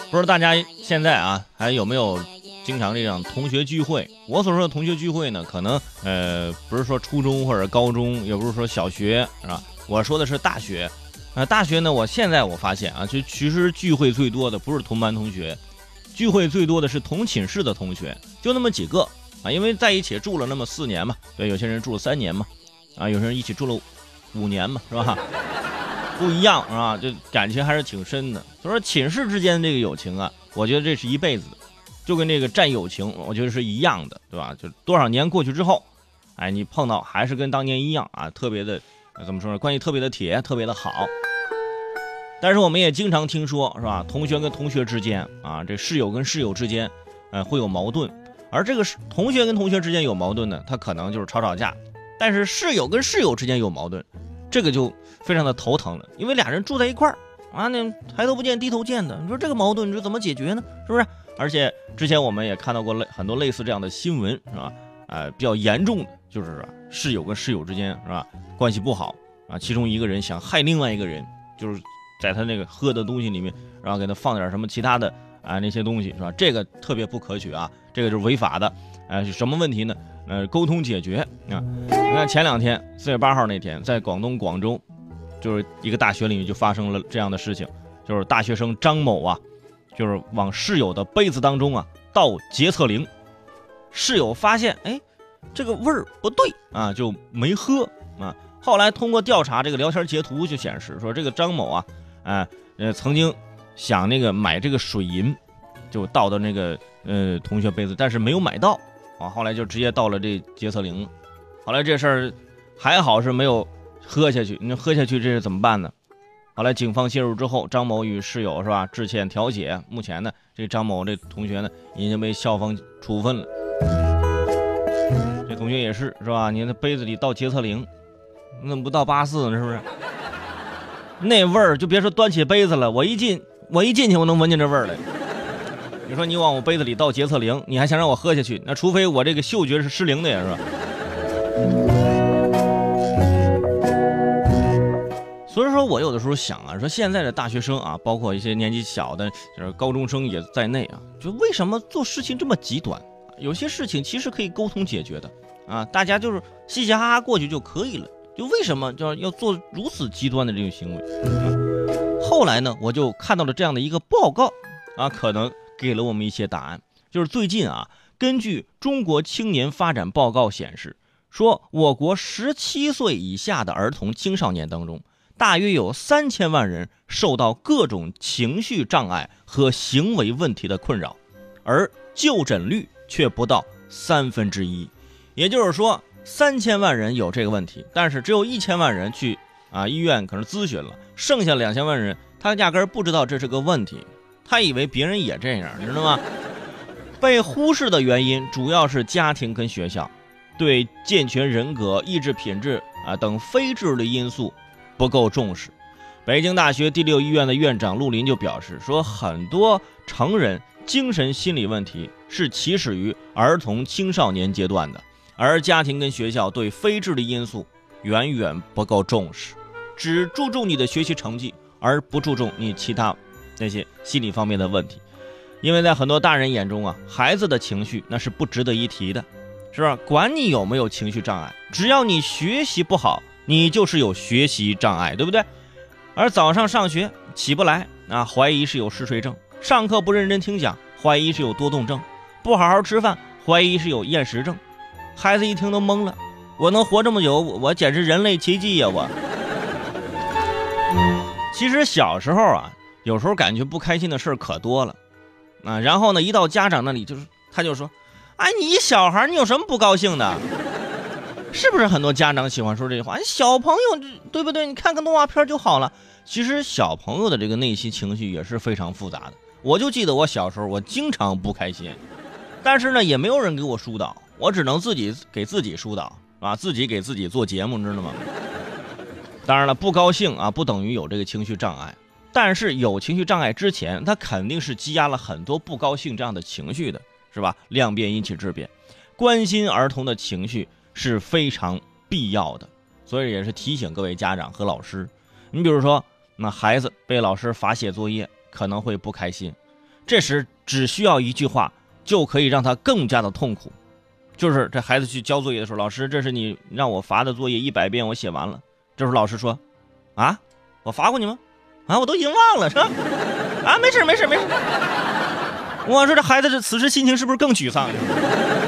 不知道大家现在啊还有没有经常这样同学聚会？我所说的同学聚会呢，可能不是说初中或者高中，也不是说小学，是吧？我说的是大学。大学呢，现在我发现啊，就其实聚会最多的不是同班同学，聚会最多的是同寝室的同学，就那么几个啊，因为在一起住了那么4年嘛，对，有些人住了3年嘛，啊，有些人一起住了5年嘛，是吧？不一样啊，就感情还是挺深的。所以说寝室之间这个友情啊，我觉得这是一辈子的，就跟这个战友情，我觉得是一样的，对吧？就多少年过去之后，哎，你碰到还是跟当年一样啊，特别的怎么说呢？关系特别的铁，特别的好。但是我们也经常听说，是吧？同学跟同学之间啊，这室友跟室友之间，会有矛盾。而这个同学跟同学之间有矛盾呢，他可能就是吵架。但是室友跟室友之间有矛盾，这个就非常的头疼了，因为俩人住在一块儿啊，那抬头不见低头见的，你说这个矛盾你说怎么解决呢？是不是？而且之前我们也看到过很多类似这样的新闻，是吧？比较严重的就是室友跟室友之间是吧关系不好啊，其中一个人想害另外一个人，就是在他那个喝的东西里面，然后给他放点什么其他的啊那些东西，是吧？这个特别不可取啊，这个就是违法的。什么问题呢？沟通解决啊。你看前2天4月8号那天，在广东广州，就是一个大学里面就发生了这样的事情，就是大学生张某啊，就是往室友的杯子当中啊倒洁厕灵，室友发现哎这个味儿不对啊，就没喝啊。后来通过调查，这个聊天截图就显示说，这个张某啊，曾经想那个买这个水银，就倒到那个同学杯子，但是没有买到啊，后来就直接倒了这洁厕灵了。后来这事儿还好是没有喝下去，你喝下去这是怎么办呢？后来警方介入之后，张某与室友是吧致歉调解，目前呢这张某这同学呢已经被校方处分了。这同学也是吧？你那杯子里倒洁厕灵，那不到84呢，是不是？那味儿就别说端起杯子了，我一进去我能闻见这味儿来。你说你往我杯子里倒洁厕灵，你还想让我喝下去？那除非我这个嗅觉是失灵的呀，是吧？所以说我有的时候想啊，说现在的大学生啊，包括一些年纪小的，就是高中生也在内啊，就为什么做事情这么极端？有些事情其实可以沟通解决的啊，大家就是嘻嘻哈哈过去就可以了，就为什么要做如此极端的这种行为？后来呢，我就看到了这样的一个报告啊，可能给了我们一些答案。就是最近啊，根据中国青年发展报告显示，说我国17岁以下的儿童青少年当中，大约有3000万人受到各种情绪障碍和行为问题的困扰，而就诊率却不到1/3。也就是说，3000万人有这个问题，但是只有1000万人去医院可能咨询了，剩下2000万人他压根儿不知道这是个问题，他以为别人也这样，你知道吗？被忽视的原因主要是家庭跟学校对健全人格、意志品质等非智力因素不够重视。北京大学第6医院的院长陆林就表示说，很多成人精神心理问题是起始于儿童青少年阶段的，而家庭跟学校对非智力因素远远不够重视，只注重你的学习成绩，而不注重你其他那些心理方面的问题。因为在很多大人眼中啊，孩子的情绪那是不值得一提的，是吧？管你有没有情绪障碍，只要你学习不好，你就是有学习障碍，对不对？而早上上学起不来啊，怀疑是有嗜睡症；上课不认真听讲，怀疑是有多动症；不好好吃饭，怀疑是有厌食症。孩子一听都懵了，我能活这么久，我简直人类奇迹呀！我其实小时候啊，有时候感觉不开心的事可多了啊，然后呢，一到家长那里他就说，哎，你一小孩，你有什么不高兴的？是不是很多家长喜欢说这句话？小朋友对不对？你看看动画片就好了。其实小朋友的这个内心情绪也是非常复杂的。我就记得我小时候，我经常不开心，但是呢，也没有人给我疏导，我只能自己给自己疏导啊，自己给自己做节目，你知道吗？当然了，不高兴啊，不等于有这个情绪障碍。但是有情绪障碍之前，他肯定是积压了很多不高兴这样的情绪的，是吧？量变引起质变，关心儿童的情绪是非常必要的，所以也是提醒各位家长和老师。你比如说，那孩子被老师罚写作业，可能会不开心， 这时只需要一句话就可以让他更加的痛苦。就是这孩子去交作业的时候，老师，这是你让我罚的作业100遍，我写完了。这时候老师说，啊，我罚过你吗？啊，我都已经忘了，是吧？啊，没事。我说这孩子这此时心情是不是更沮丧？